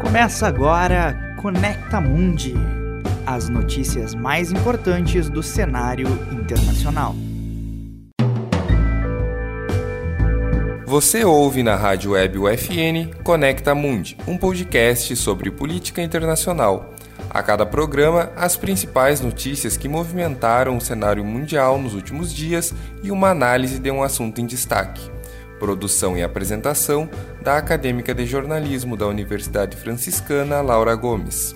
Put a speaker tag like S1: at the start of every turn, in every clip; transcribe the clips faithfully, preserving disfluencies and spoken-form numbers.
S1: Começa agora Conecta Mundi, as notícias mais importantes do cenário internacional.
S2: Você ouve na Rádio Web U F N Conecta Mundi, um podcast sobre política internacional. A cada programa, as principais notícias que movimentaram o cenário mundial nos últimos dias e uma análise de um assunto em destaque. Produção e apresentação da acadêmica de jornalismo da Universidade Franciscana, Laura Gomes.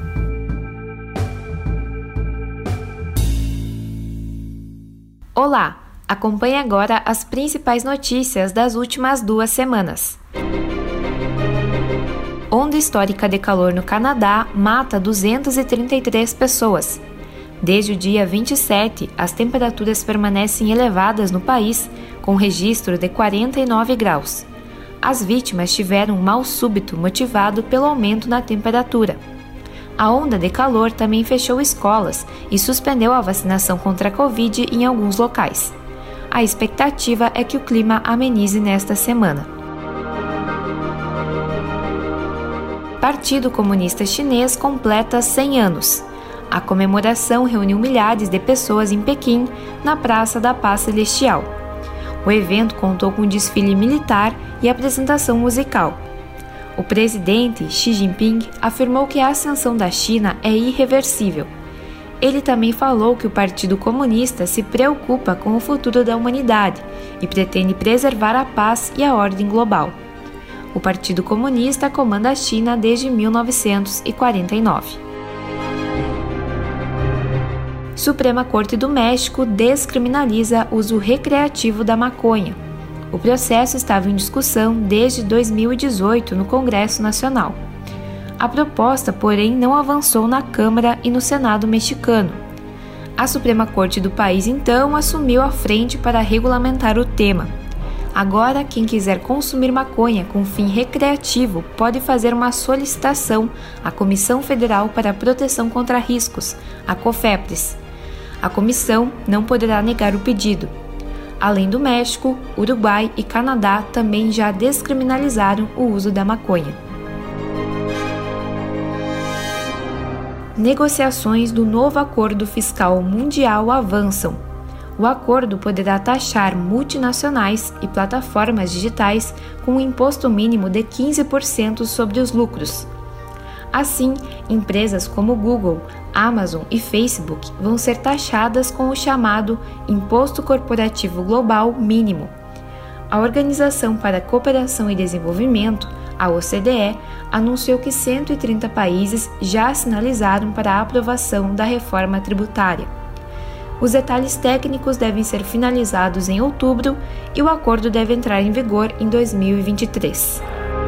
S3: Olá! Acompanhe agora as principais notícias das últimas duas semanas. Onda histórica de calor no Canadá mata duzentas e trinta e três pessoas. Desde o dia vinte e sete, as temperaturas permanecem elevadas no país, com registro de quarenta e nove graus. As vítimas tiveram um mal súbito motivado pelo aumento na temperatura. A onda de calor também fechou escolas e suspendeu a vacinação contra a Covid em alguns locais. A expectativa é que o clima amenize nesta semana. Partido Comunista Chinês completa cem anos. A comemoração reuniu milhares de pessoas em Pequim, na Praça da Paz Celestial. O evento contou com desfile militar e apresentação musical. O presidente Xi Jinping afirmou que a ascensão da China é irreversível. Ele também falou que o Partido Comunista se preocupa com o futuro da humanidade e pretende preservar a paz e a ordem global. O Partido Comunista comanda a China desde mil novecentos e quarenta e nove. Suprema Corte do México descriminaliza o uso recreativo da maconha. O processo estava em discussão desde dois mil e dezoito no Congresso Nacional. A proposta, porém, não avançou na Câmara e no Senado mexicano. A Suprema Corte do país, então, assumiu a frente para regulamentar o tema. Agora, quem quiser consumir maconha com fim recreativo pode fazer uma solicitação à Comissão Federal para a Proteção contra Riscos, a COFEPRIS. A comissão não poderá negar o pedido. Além do México, Uruguai e Canadá também já descriminalizaram o uso da maconha. Negociações do novo Acordo Fiscal Mundial avançam. O acordo poderá taxar multinacionais e plataformas digitais com um imposto mínimo de quinze por cento sobre os lucros. Assim, empresas como Google, Amazon e Facebook vão ser taxadas com o chamado Imposto Corporativo Global Mínimo. A Organização para a Cooperação e Desenvolvimento, a O C D E, anunciou que cento e trinta países já sinalizaram para a aprovação da reforma tributária. Os detalhes técnicos devem ser finalizados em outubro e o acordo deve entrar em vigor em dois mil e vinte e três.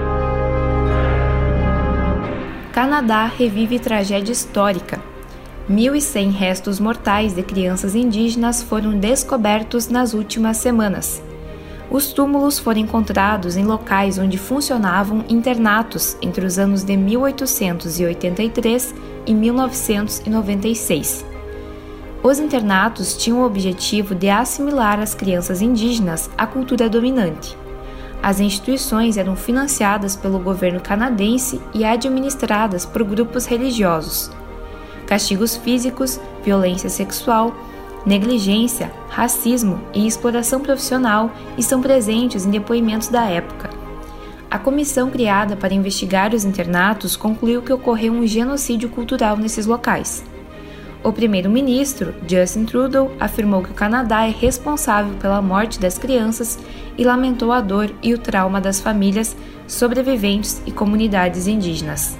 S3: Canadá revive tragédia histórica. mil e cem restos mortais de crianças indígenas foram descobertos nas últimas semanas. Os túmulos foram encontrados em locais onde funcionavam internatos entre os anos de mil oitocentos e oitenta e três e mil novecentos e noventa e seis. Os internatos tinham o objetivo de assimilar as crianças indígenas à cultura dominante. As instituições eram financiadas pelo governo canadense e administradas por grupos religiosos. Castigos físicos, violência sexual, negligência, racismo e exploração profissional estão presentes em depoimentos da época. A comissão criada para investigar os internatos concluiu que ocorreu um genocídio cultural nesses locais. O primeiro-ministro, Justin Trudeau, afirmou que o Canadá é responsável pela morte das crianças e lamentou a dor e o trauma das famílias, sobreviventes e comunidades indígenas.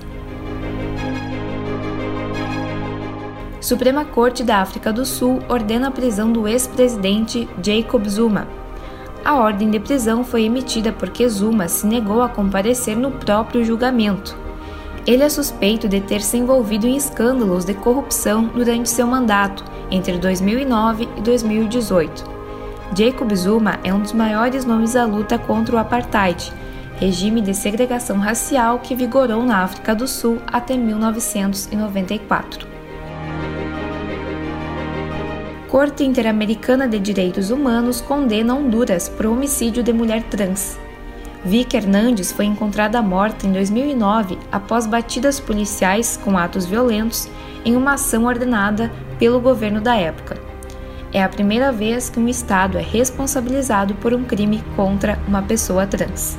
S3: Suprema Corte da África do Sul ordena a prisão do ex-presidente Jacob Zuma. A ordem de prisão foi emitida porque Zuma se negou a comparecer no próprio julgamento. Ele é suspeito de ter se envolvido em escândalos de corrupção durante seu mandato, entre dois mil e nove e dois mil e dezoito. Jacob Zuma é um dos maiores nomes da luta contra o apartheid, regime de segregação racial que vigorou na África do Sul até mil novecentos e noventa e quatro. Corte Interamericana de Direitos Humanos condena Honduras por homicídio de mulher trans. Vicky Hernandes foi encontrada morta em dois mil e nove após batidas policiais com atos violentos em uma ação ordenada pelo governo da época. É a primeira vez que um Estado é responsabilizado por um crime contra uma pessoa trans.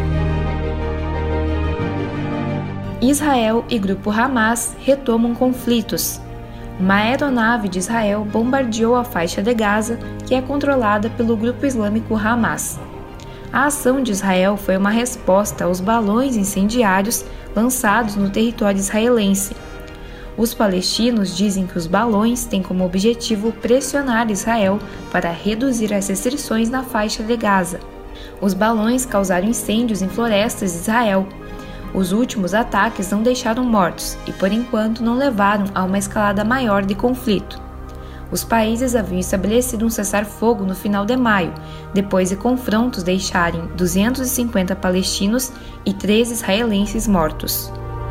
S3: Israel e grupo Hamas retomam conflitos. Uma aeronave de Israel bombardeou a faixa de Gaza, que é controlada pelo grupo islâmico Hamas. A ação de Israel foi uma resposta aos balões incendiários lançados no território israelense. Os palestinos dizem que os balões têm como objetivo pressionar Israel para reduzir as restrições na faixa de Gaza. Os balões causaram incêndios em florestas de Israel. Os últimos ataques não deixaram mortos e, por enquanto, não levaram a uma escalada maior de conflito. Os países haviam estabelecido um cessar-fogo no final de maio, depois de confrontos deixarem duzentos e cinquenta palestinos e treze israelenses mortos.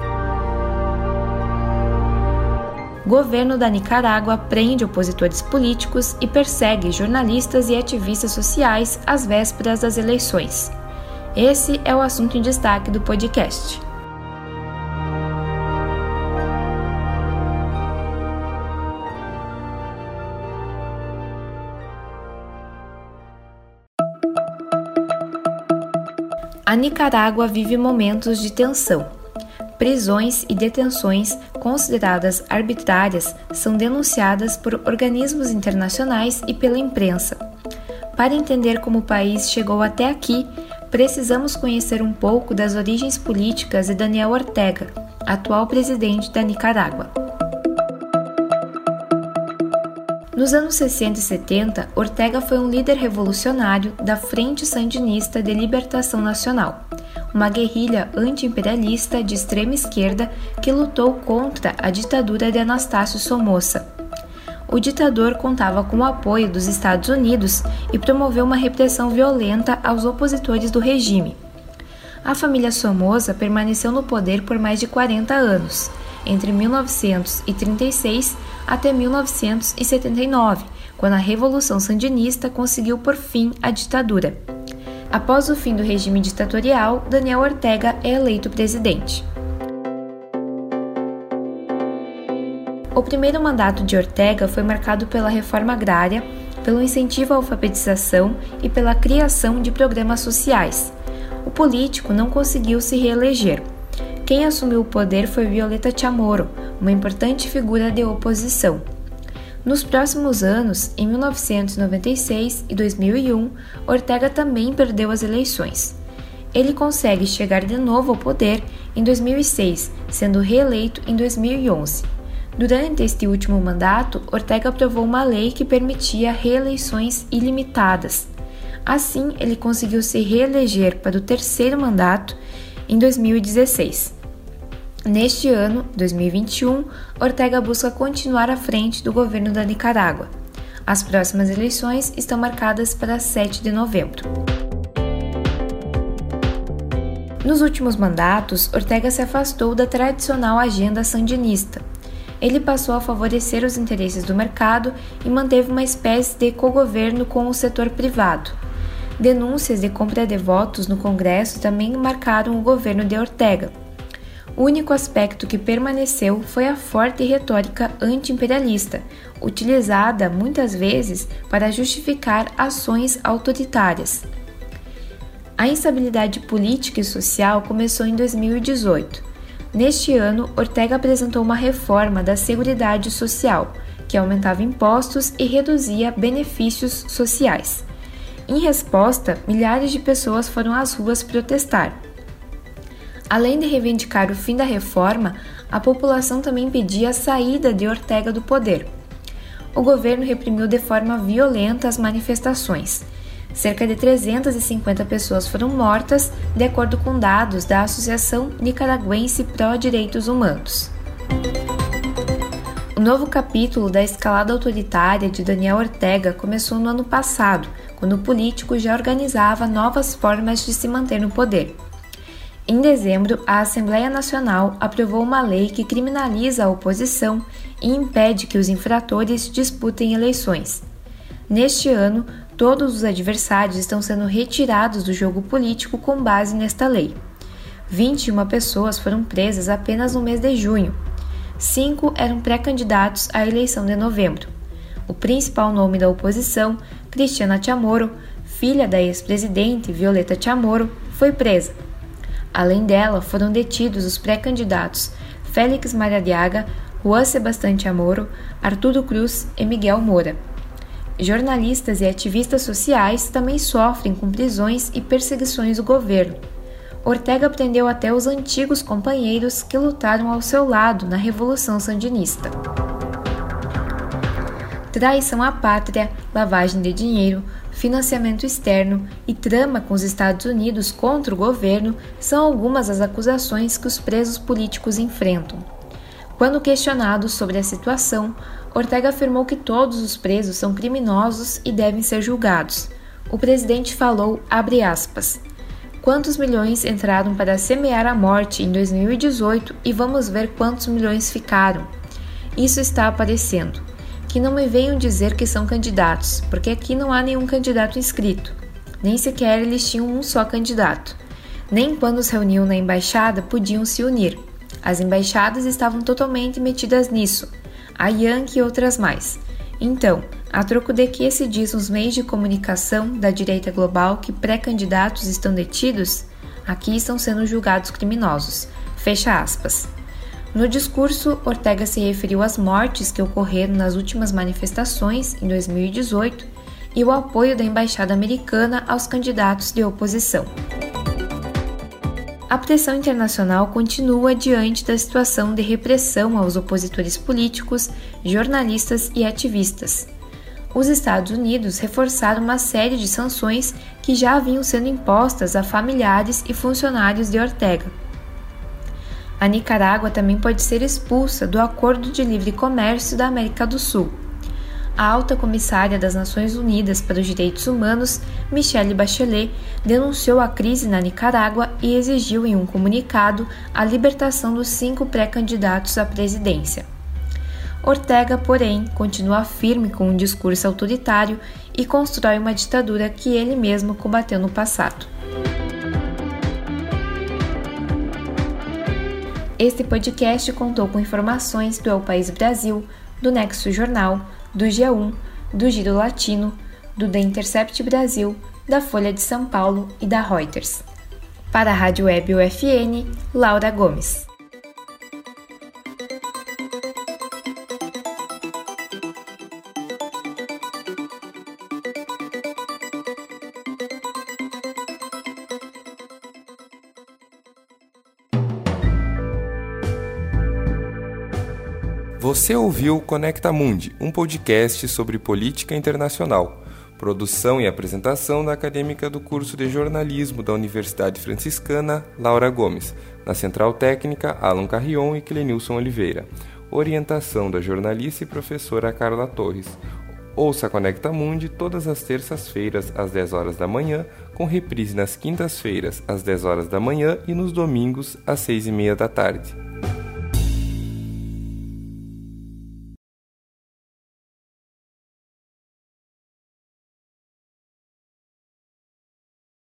S3: Governo da Nicarágua prende opositores políticos e persegue jornalistas e ativistas sociais às vésperas das eleições. Esse é o assunto em destaque do podcast. A Nicarágua vive momentos de tensão. Prisões e detenções consideradas arbitrárias são denunciadas por organismos internacionais e pela imprensa. Para entender como o país chegou até aqui, precisamos conhecer um pouco das origens políticas de Daniel Ortega, atual presidente da Nicarágua. Nos anos sessenta e setenta, Ortega foi um líder revolucionário da Frente Sandinista de Libertação Nacional, uma guerrilha anti-imperialista de extrema esquerda que lutou contra a ditadura de Anastácio Somoza. O ditador contava com o apoio dos Estados Unidos e promoveu uma repressão violenta aos opositores do regime. A família Somoza permaneceu no poder por mais de quarenta anos, entre mil novecentos e trinta e seis até mil novecentos e setenta e nove, quando a Revolução Sandinista conseguiu por fim a ditadura. Após o fim do regime ditatorial, Daniel Ortega é eleito presidente. O primeiro mandato de Ortega foi marcado pela reforma agrária, pelo incentivo à alfabetização e pela criação de programas sociais. O político não conseguiu se reeleger. Quem assumiu o poder foi Violeta Chamorro, uma importante figura de oposição. Nos próximos anos, em mil novecentos e noventa e seis e dois mil e um, Ortega também perdeu as eleições. Ele consegue chegar de novo ao poder em dois mil e seis, sendo reeleito em dois mil e onze. Durante este último mandato, Ortega aprovou uma lei que permitia reeleições ilimitadas. Assim, ele conseguiu se reeleger para o terceiro mandato em dois mil e dezesseis. Neste ano, dois mil e vinte e um, Ortega busca continuar à frente do governo da Nicarágua. As próximas eleições estão marcadas para sete de novembro. Nos últimos mandatos, Ortega se afastou da tradicional agenda sandinista. Ele passou a favorecer os interesses do mercado e manteve uma espécie de cogoverno com o setor privado. Denúncias de compra de votos no Congresso também marcaram o governo de Ortega. O único aspecto que permaneceu foi a forte retórica anti-imperialista, utilizada muitas vezes para justificar ações autoritárias. A instabilidade política e social começou em dois mil e dezoito. Neste ano, Ortega apresentou uma reforma da Seguridade Social, que aumentava impostos e reduzia benefícios sociais. Em resposta, milhares de pessoas foram às ruas protestar. Além de reivindicar o fim da reforma, a população também pedia a saída de Ortega do poder. O governo reprimiu de forma violenta as manifestações. Cerca de trezentas e cinquenta pessoas foram mortas, de acordo com dados da Associação Nicaragüense Pró-Direitos Humanos. O novo capítulo da escalada autoritária de Daniel Ortega começou no ano passado, quando o político já organizava novas formas de se manter no poder. Em dezembro, a Assembleia Nacional aprovou uma lei que criminaliza a oposição e impede que os infratores disputem eleições. Neste ano, todos os adversários estão sendo retirados do jogo político com base nesta lei. vinte e uma pessoas foram presas apenas no mês de junho. Cinco eram pré-candidatos à eleição de novembro. O principal nome da oposição, Cristiana Chamorro, filha da ex-presidente Violeta Chamorro, foi presa. Além dela, foram detidos os pré-candidatos Félix Maradiaga, Juan Sebastián Chamorro, Arturo Cruz e Miguel Moura. Jornalistas e ativistas sociais também sofrem com prisões e perseguições do governo. Ortega prendeu até os antigos companheiros que lutaram ao seu lado na Revolução Sandinista. Traição à pátria, lavagem de dinheiro, financiamento externo e trama com os Estados Unidos contra o governo são algumas das acusações que os presos políticos enfrentam. Quando questionado sobre a situação, Ortega afirmou que todos os presos são criminosos e devem ser julgados. O presidente falou, abre aspas, quantos milhões entraram para semear a morte em dois mil e dezoito e vamos ver quantos milhões ficaram. Isso está aparecendo. Que não me venham dizer que são candidatos, porque aqui não há nenhum candidato inscrito. Nem sequer eles tinham um só candidato. Nem quando os reuniam na embaixada podiam se unir. As embaixadas estavam totalmente metidas nisso, a Yankee e outras mais. Então, a troco de que se diz nos meios de comunicação da direita global que pré-candidatos estão detidos, aqui estão sendo julgados criminosos. Fecha aspas. No discurso, Ortega se referiu às mortes que ocorreram nas últimas manifestações, em dois mil e dezoito, e o apoio da embaixada americana aos candidatos de oposição. A pressão internacional continua diante da situação de repressão aos opositores políticos, jornalistas e ativistas. Os Estados Unidos reforçaram uma série de sanções que já vinham sendo impostas a familiares e funcionários de Ortega. A Nicarágua também pode ser expulsa do Acordo de Livre Comércio da América do Sul. A alta comissária das Nações Unidas para os Direitos Humanos, Michelle Bachelet, denunciou a crise na Nicarágua e exigiu em um comunicado a libertação dos cinco pré-candidatos à presidência. Ortega, porém, continua firme com um discurso autoritário e constrói uma ditadura que ele mesmo combateu no passado. Este podcast contou com informações do El País Brasil, do Nexo Jornal, do G um, do Giro Latino, do The Intercept Brasil, da Folha de São Paulo e da Reuters. Para a Rádio Web U F N, Laura Gomes.
S2: Você ouviu Conecta Mundi, um podcast sobre política internacional. Produção e apresentação da acadêmica do curso de jornalismo da Universidade Franciscana, Laura Gomes. Na Central Técnica, Alan Carrion e Clenilson Oliveira. Orientação da jornalista e professora Carla Torres. Ouça Conecta Mundi todas as terças-feiras às dez horas da manhã, com reprise nas quintas-feiras às dez horas da manhã e nos domingos às seis e meia da tarde.